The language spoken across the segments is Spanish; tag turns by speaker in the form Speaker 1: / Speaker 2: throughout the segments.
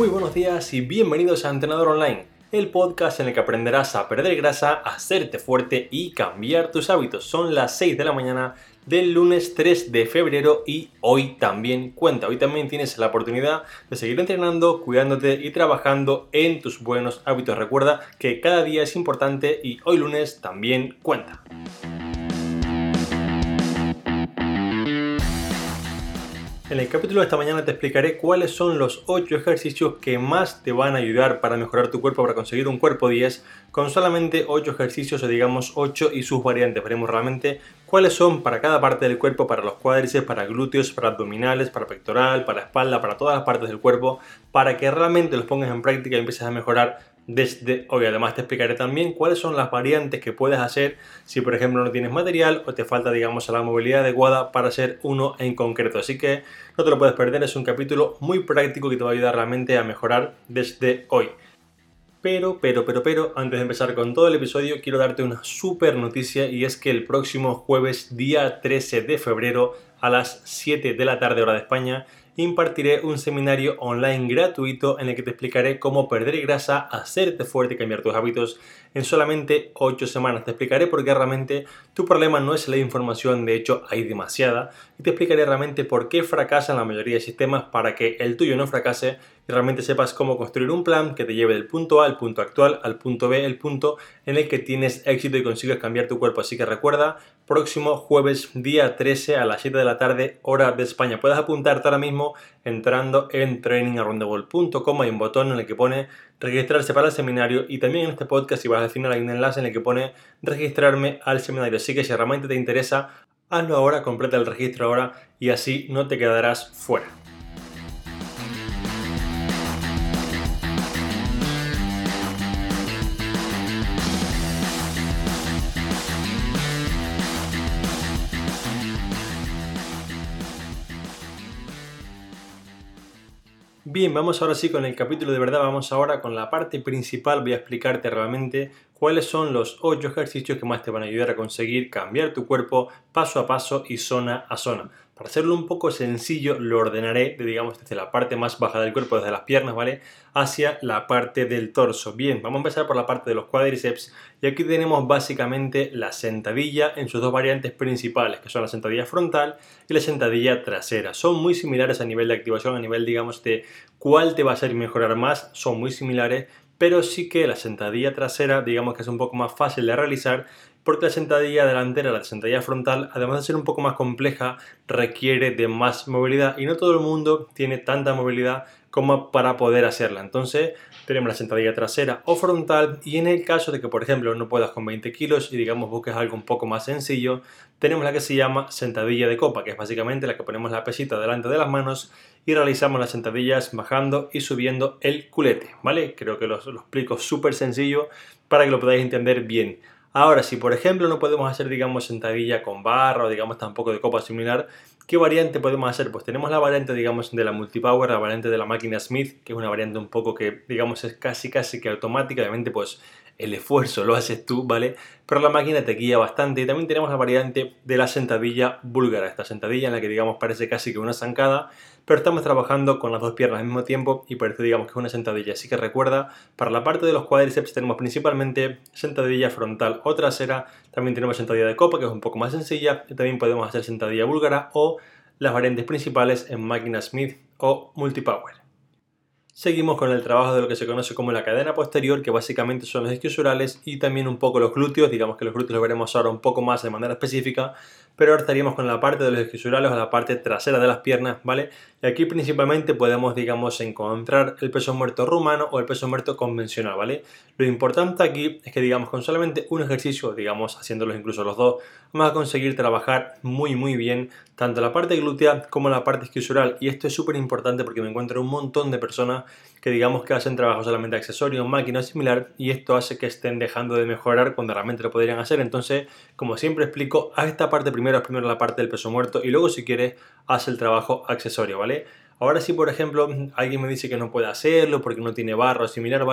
Speaker 1: Muy buenos días y bienvenidos a Entrenador Online, el podcast en el que aprenderás a perder grasa, a hacerte fuerte y cambiar tus hábitos. Son las 6 de la mañana del lunes 3 de febrero y hoy también cuenta. Hoy también tienes la oportunidad de seguir entrenando, cuidándote y trabajando en tus buenos hábitos. Recuerda que cada día es importante y hoy lunes también cuenta. En el capítulo de esta mañana te explicaré cuáles son los 8 ejercicios que más te van a ayudar para mejorar tu cuerpo, para conseguir un cuerpo 10 con solamente 8 ejercicios o digamos 8 y sus variantes. Veremos realmente cuáles son para cada parte del cuerpo, para los cuádriceps, para glúteos, para abdominales, para pectoral, para espalda, para todas las partes del cuerpo, para que realmente los pongas en práctica y empieces a mejorar desde hoy. Además te explicaré también cuáles son las variantes que puedes hacer si por ejemplo no tienes material o te falta digamos la movilidad adecuada para hacer uno en concreto. Así que no te lo puedes perder, es un capítulo muy práctico que te va a ayudar realmente a mejorar desde hoy. Pero, antes de empezar con todo el episodio, quiero darte una súper noticia y es que el próximo jueves, día 13 de febrero, a las 7 de la tarde hora de España, impartiré un seminario online gratuito en el que te explicaré cómo perder grasa, hacerte fuerte y cambiar tus hábitos en solamente 8 semanas. Te explicaré por qué realmente tu problema no es la información, de hecho hay demasiada, y te explicaré realmente por qué fracasan la mayoría de sistemas para que el tuyo no fracase y realmente sepas cómo construir un plan que te lleve del punto A al punto actual, al punto B, el punto en el que tienes éxito y consigues cambiar tu cuerpo. Así que recuerda, próximo jueves día 13 a las 7 de la tarde hora de España. Puedes apuntarte ahora mismo entrando en trainingaroundtheworld.com. Hay un botón en el que pone registrarse para el seminario y también en este podcast si vas al final hay un enlace en el que pone registrarme al seminario. Así que si realmente te interesa, hazlo ahora, completa el registro ahora y así no te quedarás fuera. Bien, vamos ahora sí con el capítulo de verdad, vamos ahora con la parte principal, voy a explicarte realmente cuáles son los 8 ejercicios que más te van a ayudar a conseguir cambiar tu cuerpo paso a paso y zona a zona. Para hacerlo un poco sencillo, lo ordenaré, digamos, desde la parte más baja del cuerpo, desde las piernas, ¿vale? Hacia la parte del torso. Bien, vamos a empezar por la parte de los cuádriceps y aquí tenemos básicamente la sentadilla en sus dos variantes principales, que son la sentadilla frontal y la sentadilla trasera. Son muy similares a nivel de activación, a nivel, digamos, de cuál te va a hacer mejorar más, son muy similares, pero sí que la sentadilla trasera, digamos que es un poco más fácil de realizar, porque la sentadilla delantera, la sentadilla frontal, además de ser un poco más compleja, requiere de más movilidad y no todo el mundo tiene tanta movilidad como para poder hacerla. Entonces tenemos la sentadilla trasera o frontal y en el caso de que por ejemplo no puedas con 20 kilos y digamos busques algo un poco más sencillo, tenemos la que se llama sentadilla de copa, que es básicamente la que ponemos la pesita delante de las manos y realizamos las sentadillas bajando y subiendo el culete, ¿vale? Creo que lo explico súper sencillo para que lo podáis entender bien. Ahora, si por ejemplo no podemos hacer, digamos, sentadilla con barra o digamos tampoco de copa similar, ¿qué variante podemos hacer? Pues tenemos la variante, digamos, de la multipower, la variante de la máquina Smith, que es una variante un poco que, digamos, es casi que automática, obviamente, pues el esfuerzo lo haces tú, ¿vale? Pero la máquina te guía bastante. Y también tenemos la variante de la sentadilla búlgara, esta sentadilla en la que, digamos, parece casi que una zancada, pero estamos trabajando con las dos piernas al mismo tiempo y parece, digamos, que es una sentadilla. Así que recuerda, para la parte de los cuádriceps tenemos principalmente sentadilla frontal o trasera, también tenemos sentadilla de copa, que es un poco más sencilla, y también podemos hacer sentadilla búlgara o las variantes principales en máquina Smith o multipower. Seguimos con el trabajo de lo que se conoce como la cadena posterior, que básicamente son los isquiosurales y también un poco los glúteos. Digamos que los glúteos los veremos ahora un poco más de manera específica, pero ahora estaríamos con la parte de los isquiosurales o la parte trasera de las piernas, ¿vale? Y aquí principalmente podemos, digamos, encontrar el peso muerto rumano o el peso muerto convencional, ¿vale? Lo importante aquí es que, digamos, con solamente un ejercicio, digamos, haciéndolos incluso los dos, vamos a conseguir trabajar muy bien tanto la parte glútea como la parte isquiosural. Y esto es súper importante porque me encuentro un montón de personas que digamos que hacen trabajo solamente accesorios, máquinas similar y esto hace que estén dejando de mejorar cuando realmente lo podrían hacer. Entonces, como siempre explico, haz esta parte primero la parte del peso muerto y luego si quieres haz el trabajo accesorio, ¿vale? Ahora si por ejemplo alguien me dice que no puede hacerlo porque no tiene barra o similar, ¿vale?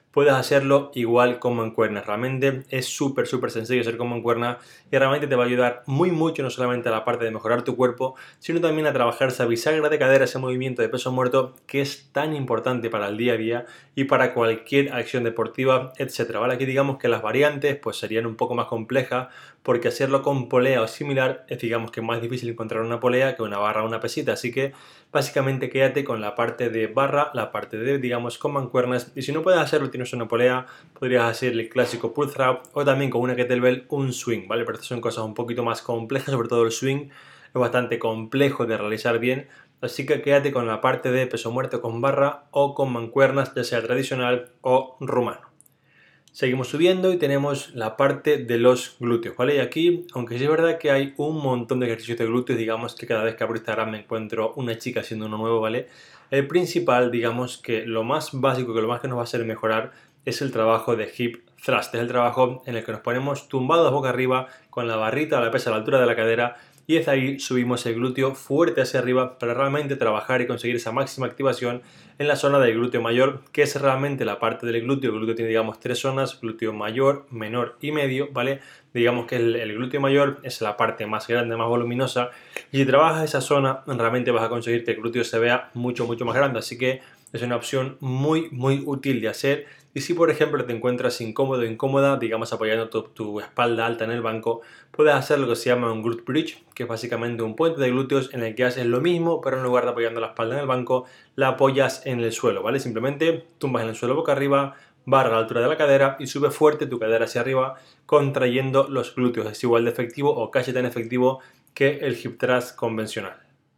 Speaker 1: puedes hacerlo igual con mancuernas. Realmente es súper sencillo hacer con mancuernas y realmente te va a ayudar muy mucho, no solamente a la parte de mejorar tu cuerpo, sino también a trabajar esa bisagra de cadera, ese movimiento de peso muerto que es tan importante para el día a día y para cualquier acción deportiva, etcétera, ¿vale? Aquí digamos que las variantes pues serían un poco más complejas porque hacerlo con polea o similar es digamos que más difícil encontrar una polea que una barra o una pesita, así que básicamente quédate con la parte de barra, la parte de digamos con mancuernas, y si no puedes hacerlo tienes una polea, podrías hacer el clásico pull through o también con una kettlebell un swing, ¿vale? Pero estas son cosas un poquito más complejas, sobre todo el swing es bastante complejo de realizar bien, así que quédate con la parte de peso muerto con barra o con mancuernas, ya sea tradicional o rumano. Seguimos subiendo y tenemos la parte de los glúteos, ¿vale? Y aquí, aunque sí es verdad que hay un montón de ejercicios de glúteos, digamos que cada vez que abro Instagram me encuentro una chica haciendo uno nuevo, ¿vale? El principal, digamos que lo más básico, que lo más que nos va a hacer mejorar es el trabajo de hip thrust. Es el trabajo en el que nos ponemos tumbados boca arriba con la barrita o la pesa a la altura de la cadera y desde ahí subimos el glúteo fuerte hacia arriba para realmente trabajar y conseguir esa máxima activación en la zona del glúteo mayor, que es realmente la parte del glúteo. El glúteo tiene digamos tres zonas: glúteo mayor, menor y medio, ¿vale? Digamos que el glúteo mayor es la parte más grande, más voluminosa, y si trabajas esa zona realmente vas a conseguir que el glúteo se vea mucho más grande, así que es una opción muy útil de hacer. Y si por ejemplo te encuentras incómodo o incómoda, digamos apoyando tu espalda alta en el banco, puedes hacer lo que se llama un glute bridge, que es básicamente un puente de glúteos en el que haces lo mismo, pero en lugar de apoyando la espalda en el banco, la apoyas en el suelo, ¿vale? Simplemente tumbas en el suelo boca arriba, barra a la altura de la cadera y sube fuerte tu cadera hacia arriba, contrayendo los glúteos. Es igual de efectivo o casi tan efectivo que el hip thrust convencional.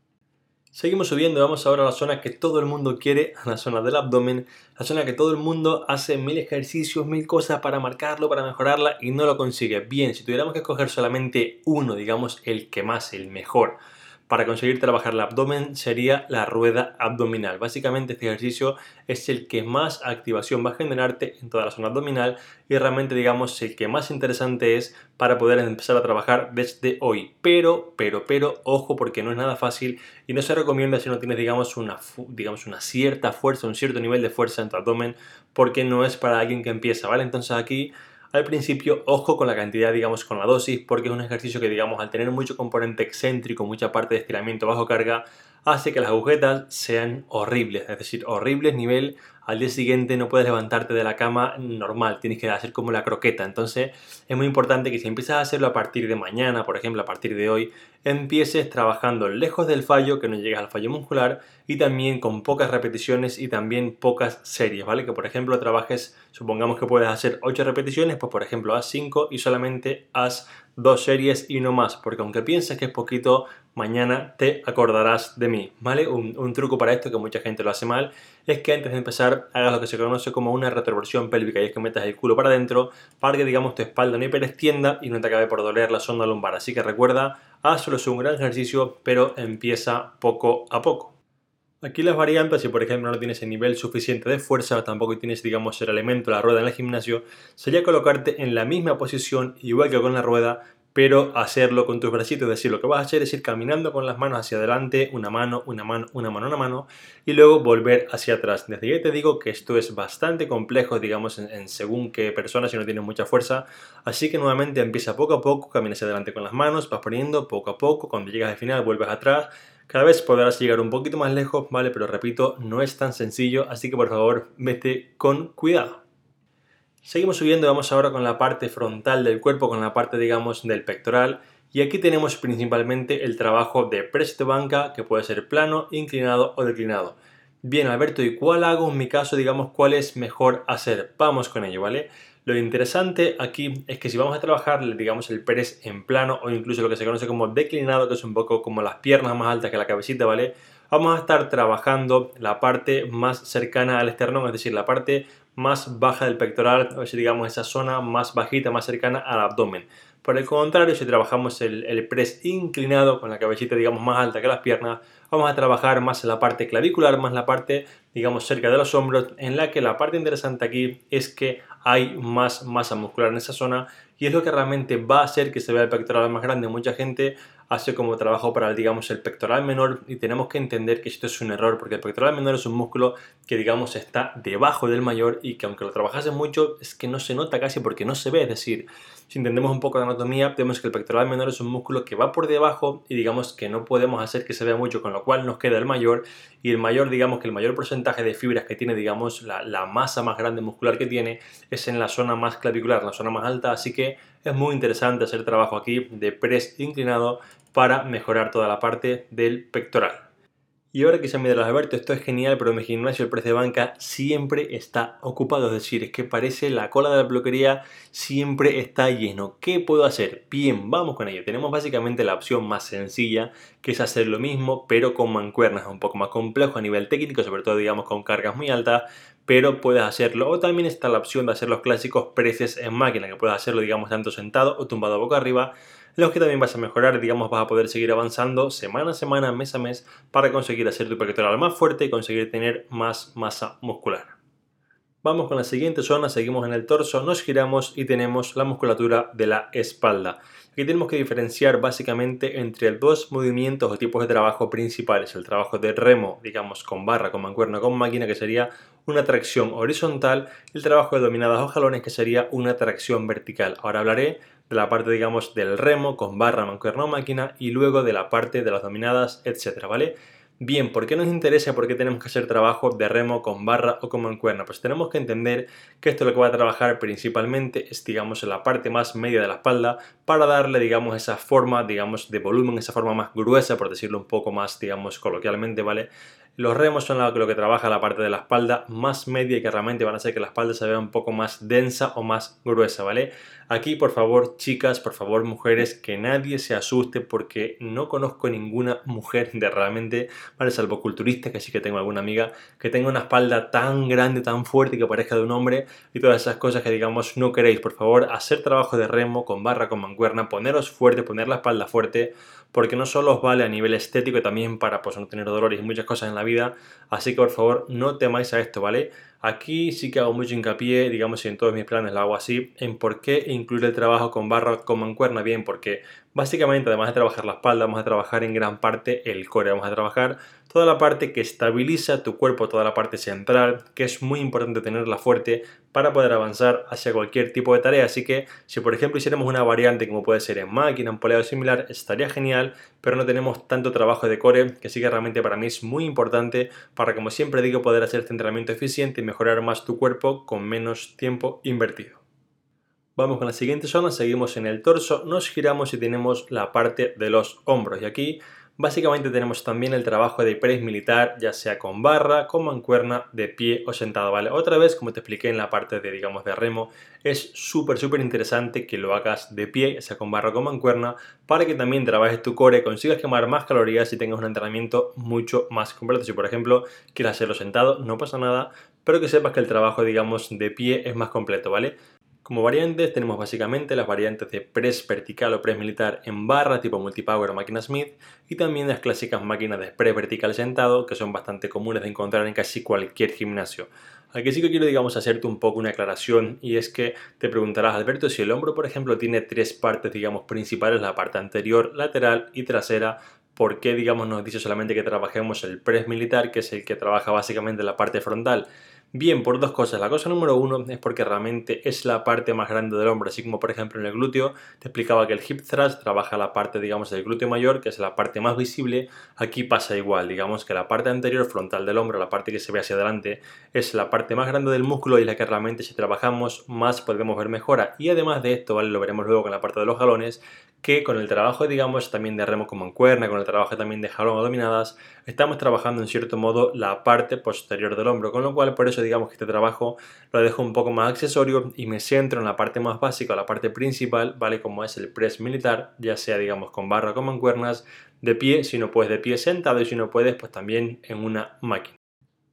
Speaker 1: Seguimos subiendo, vamos ahora a la zona que todo el mundo quiere, a la zona del abdomen, la zona que todo el mundo hace mil ejercicios, mil cosas para marcarlo, para mejorarla y no lo consigue. Bien, si tuviéramos que escoger solamente uno, digamos el que más, el mejor, para conseguir trabajar el abdomen sería la rueda abdominal. Básicamente este ejercicio es el que más activación va a generarte en toda la zona abdominal y realmente digamos el que más interesante es para poder empezar a trabajar desde hoy. Pero, ojo, porque no es nada fácil y no se recomienda si no tienes digamos una cierta fuerza, un cierto nivel de fuerza en tu abdomen, porque no es para alguien que empieza, ¿vale? Entonces aquí al principio, ojo con la cantidad, digamos, con la dosis, porque es un ejercicio que, digamos, al tener mucho componente excéntrico, mucha parte de estiramiento bajo carga, hace que las agujetas sean horribles, es decir, horribles nivel, al día siguiente no puedes levantarte de la cama normal, tienes que hacer como la croqueta. Entonces es muy importante que si empiezas a hacerlo a partir de mañana, por ejemplo, a partir de hoy, empieces trabajando lejos del fallo, que no llegues al fallo muscular, y también con pocas repeticiones y también pocas series, ¿vale? Que por ejemplo trabajes, supongamos que puedes hacer 8 repeticiones, pues por ejemplo haz 5 y solamente haz 2 series y no más, porque aunque pienses que es poquito, mañana te acordarás de mí, ¿vale? Un truco para esto, que mucha gente lo hace mal, es que antes de empezar hagas lo que se conoce como una retroversión pélvica, y es que metas el culo para adentro para que digamos tu espalda no hiperextienda y no te acabe por doler la zona lumbar. Así que recuerda, hazlo, es un gran ejercicio, pero empieza poco a poco. Aquí las variantes, si por ejemplo no tienes el nivel suficiente de fuerza o tampoco tienes, digamos, el elemento de la rueda en el gimnasio, sería colocarte en la misma posición, igual que con la rueda, pero hacerlo con tus bracitos. Es decir, lo que vas a hacer es ir caminando con las manos hacia adelante, una mano, una mano, y luego volver hacia atrás. Desde ya te digo que esto es bastante complejo, digamos, en según qué persona, si no tienes mucha fuerza. Así que nuevamente empieza poco a poco, camina hacia adelante con las manos, vas poniendo poco a poco, cuando llegas al final vuelves atrás. Cada vez podrás llegar un poquito más lejos, ¿vale? Pero repito, no es tan sencillo, así que por favor, vete con cuidado. Seguimos subiendo, vamos ahora con la parte frontal del cuerpo, con la parte, digamos, del pectoral. Y aquí tenemos principalmente el trabajo de press de banca, que puede ser plano, inclinado o declinado. Bien, Alberto, ¿y cuál hago en mi caso? Digamos, ¿cuál es mejor hacer? Vamos con ello, ¿vale? Lo interesante aquí es que si vamos a trabajar, digamos, el press en plano o incluso lo que se conoce como declinado, que es un poco como las piernas más altas que la cabecita, ¿vale? Vamos a estar trabajando la parte más cercana al esternón, es decir, la parte más baja del pectoral, o sea, digamos esa zona más bajita, más cercana al abdomen. Por el contrario, si trabajamos el press inclinado con la cabecita digamos más alta que las piernas, vamos a trabajar más en la parte clavicular, más la parte digamos cerca de los hombros, en la que la parte interesante aquí es que hay más masa muscular en esa zona y es lo que realmente va a hacer que se vea el pectoral más grande. Mucha gente hace como trabajo para digamos el pectoral menor y tenemos que entender que esto es un error porque el pectoral menor es un músculo que digamos está debajo del mayor y que aunque lo trabajase mucho es que no se nota casi porque no se ve. Es decir, si entendemos un poco de anatomía, vemos que el pectoral menor es un músculo que va por debajo y digamos que no podemos hacer que se vea mucho, con lo cual nos queda el mayor, y el mayor, digamos que el mayor porcentaje de fibras que tiene, digamos la masa más grande muscular que tiene es en la zona más clavicular, la zona más alta, así que es muy interesante hacer trabajo aquí de press inclinado para mejorar toda la parte del pectoral. Y ahora que se me dirás, Alberto, esto es genial, pero en mi gimnasio el press de banca siempre está ocupado. Es decir, es que parece la cola de la peluquería, siempre está lleno. ¿Qué puedo hacer? Bien, vamos con ello. Tenemos básicamente la opción más sencilla, que es hacer lo mismo, pero con mancuernas. Es un poco más complejo a nivel técnico, sobre todo, digamos, con cargas muy altas, pero puedes hacerlo. O también está la opción de hacer los clásicos presses en máquina, que puedes hacerlo, digamos, tanto sentado o tumbado boca arriba, los que también vas a mejorar, digamos, vas a poder seguir avanzando semana a semana, mes a mes, para conseguir hacer tu pectoral más fuerte y conseguir tener más masa muscular. Vamos con la siguiente zona, seguimos en el torso, nos giramos y tenemos la musculatura de la espalda. Aquí tenemos que diferenciar básicamente entre dos movimientos o tipos de trabajo principales. El trabajo de remo, digamos, con barra, con mancuerna, con máquina, que sería una tracción horizontal, y el trabajo de dominadas o jalones, que sería una tracción vertical. Ahora hablaré de la parte, digamos, del remo con barra, mancuerna o máquina y luego de la parte de las dominadas, etcétera, ¿vale? Bien, ¿por qué nos interesa? ¿Por qué tenemos que hacer trabajo de remo con barra o con mancuerna? Pues tenemos que entender que esto lo que va a trabajar principalmente es, digamos, en la parte más media de la espalda para darle, digamos, esa forma, digamos, de volumen, esa forma más gruesa, por decirlo un poco más, digamos, coloquialmente, ¿vale? Los remos son lo que trabaja la parte de la espalda más media y que realmente van a hacer que la espalda se vea un poco más densa o más gruesa, ¿vale? Aquí, por favor, chicas, por favor, mujeres, que nadie se asuste porque no conozco ninguna mujer de realmente, ¿vale? Salvo culturistas, que sí que tengo alguna amiga, que tenga una espalda tan grande, tan fuerte que parezca de un hombre y todas esas cosas que, digamos, no queréis. Por favor, hacer trabajo de remo con barra, con mancuerna, poneros fuerte, poner la espalda fuerte, porque no solo os vale a nivel estético, también para pues, no tener dolores y muchas cosas en la vida, así que por favor no temáis a esto, ¿vale? Aquí sí que hago mucho hincapié, digamos, y en todos mis planes lo hago así, en por qué incluir el trabajo con barra con mancuerna. Bien, porque básicamente además de trabajar la espalda, vamos a trabajar en gran parte el core, vamos a trabajar toda la parte que estabiliza tu cuerpo, toda la parte central, que es muy importante tenerla fuerte para poder avanzar hacia cualquier tipo de tarea. Así que si por ejemplo hiciéramos una variante como puede ser en máquina, en polea o similar, estaría genial, pero no tenemos tanto trabajo de core, que sí que realmente para mí es muy importante para, como siempre digo, poder hacer este entrenamiento eficiente y mejorar más tu cuerpo con menos tiempo invertido. Vamos con la siguiente zona, seguimos en el torso, nos giramos y tenemos la parte de los hombros. Y aquí básicamente tenemos también el trabajo de press militar, ya sea con barra, con mancuerna, de pie o sentado, ¿vale? Otra vez, como te expliqué en la parte de, digamos, de remo, es súper interesante que lo hagas de pie, ya sea con barra o con mancuerna, para que también trabajes tu core, consigas quemar más calorías y tengas un entrenamiento mucho más completo. Si por ejemplo quieres hacerlo sentado, no pasa nada, pero que sepas que el trabajo, digamos, de pie es más completo, ¿vale? Como variantes tenemos básicamente las variantes de press vertical o press militar en barra tipo multipower o máquina Smith, y también las clásicas máquinas de press vertical sentado, que son bastante comunes de encontrar en casi cualquier gimnasio. Aquí sí que quiero, digamos, hacerte un poco una aclaración, y es que te preguntarás, Alberto, si el hombro por ejemplo tiene tres partes, digamos, principales, la parte anterior, lateral y trasera, ¿por qué, digamos, nos dice solamente que trabajemos el press militar, que es el que trabaja básicamente la parte frontal? Bien, por dos cosas. La cosa número uno es porque realmente es la parte más grande del hombro, así como por ejemplo en el glúteo te explicaba que el hip thrust trabaja la parte, digamos, del glúteo mayor, que es la parte más visible. Aquí pasa igual, digamos que la parte anterior frontal del hombro, la parte que se ve hacia adelante, es la parte más grande del músculo y la que realmente si trabajamos más podemos ver mejora. Y además de esto, ¿vale? Lo veremos luego con la parte de los jalones, que con el trabajo, digamos, también de remo con mancuerna, con el trabajo también de jalón o dominadas, estamos trabajando en cierto modo la parte posterior del hombro, con lo cual por eso digamos que este trabajo lo dejo un poco más accesorio y me centro en la parte más básica, la parte principal, ¿vale? Como es el press militar, ya sea digamos con barra o con mancuernas, de pie, si no puedes de pie sentado y si no puedes pues también en una máquina.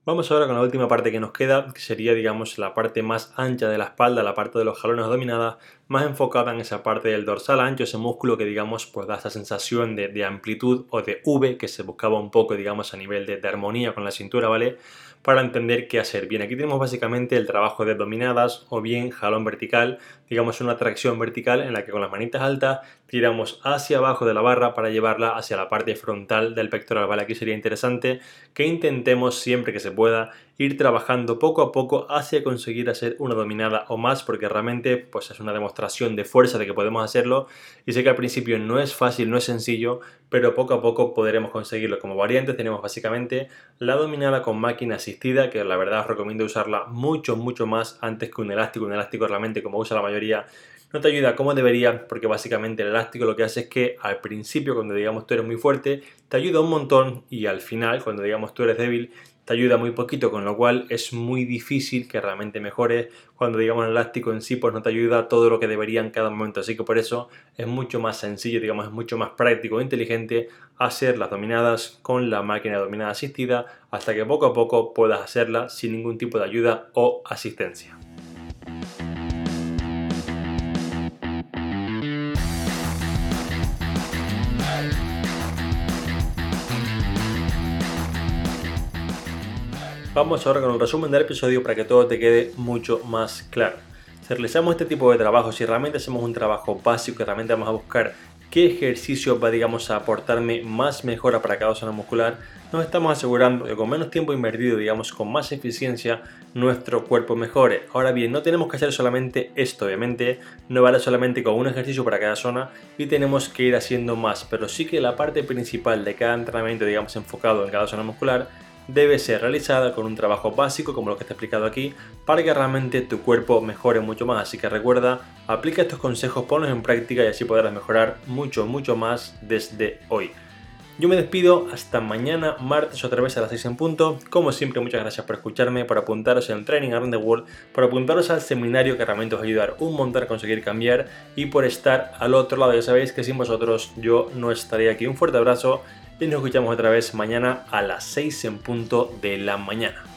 Speaker 1: Vamos ahora con la última parte que nos queda, que sería, digamos, la parte más ancha de la espalda, la parte de los jalones dominadas, más enfocada en esa parte del dorsal ancho, ese músculo que, digamos, pues da esa sensación de amplitud o de V que se buscaba un poco, digamos, a nivel de armonía con la cintura, ¿vale? Para entender qué hacer. Bien, aquí tenemos básicamente el trabajo de dominadas o bien jalón vertical, digamos una tracción vertical en la que con las manitas altas tiramos hacia abajo de la barra para llevarla hacia la parte frontal del pectoral, ¿vale? Aquí sería interesante que intentemos siempre que se pueda ir trabajando poco a poco hacia conseguir hacer una dominada o más, porque realmente pues es una demostración de fuerza de que podemos hacerlo, y sé que al principio no es fácil, no es sencillo, pero poco a poco podremos conseguirlo. Como variantes tenemos básicamente la dominada con máquina asistida, que la verdad os recomiendo usarla mucho más antes que un elástico. Un elástico realmente, como usa la mayoría, no te ayuda como debería, porque básicamente el elástico lo que hace es que al principio, cuando digamos tú eres muy fuerte, te ayuda un montón, y al final, cuando digamos tú eres débil, te ayuda muy poquito, con lo cual es muy difícil que realmente mejores cuando digamos el elástico en sí pues no te ayuda todo lo que debería en cada momento. Así que por eso es mucho más sencillo, digamos, es mucho más práctico e inteligente hacer las dominadas con la máquina de dominada asistida hasta que poco a poco puedas hacerla sin ningún tipo de ayuda o asistencia. Vamos ahora con el resumen del episodio para que todo te quede mucho más claro. Si realizamos este tipo de trabajo, si realmente hacemos un trabajo básico y realmente vamos a buscar qué ejercicio va, digamos, a aportarme más mejora para cada zona muscular, nos estamos asegurando que con menos tiempo invertido, digamos, con más eficiencia, nuestro cuerpo mejore. Ahora bien, no tenemos que hacer solamente esto, obviamente, no vale solamente con un ejercicio para cada zona y tenemos que ir haciendo más, pero sí que la parte principal de cada entrenamiento, digamos, enfocado en cada zona muscular, debe ser realizada con un trabajo básico como lo que te he explicado aquí para que realmente tu cuerpo mejore mucho más. Así que recuerda, aplica estos consejos, ponlos en práctica y así podrás mejorar mucho más desde hoy. Yo me despido hasta mañana martes otra vez a las 6 en punto. Como siempre, muchas gracias por escucharme, por apuntaros en el Training Around the World, por apuntaros al seminario que realmente os va a ayudar un montón a conseguir cambiar y por estar al otro lado. Ya sabéis que sin vosotros yo no estaría aquí. Un fuerte abrazo y nos escuchamos otra vez mañana a las 6 en punto de la mañana.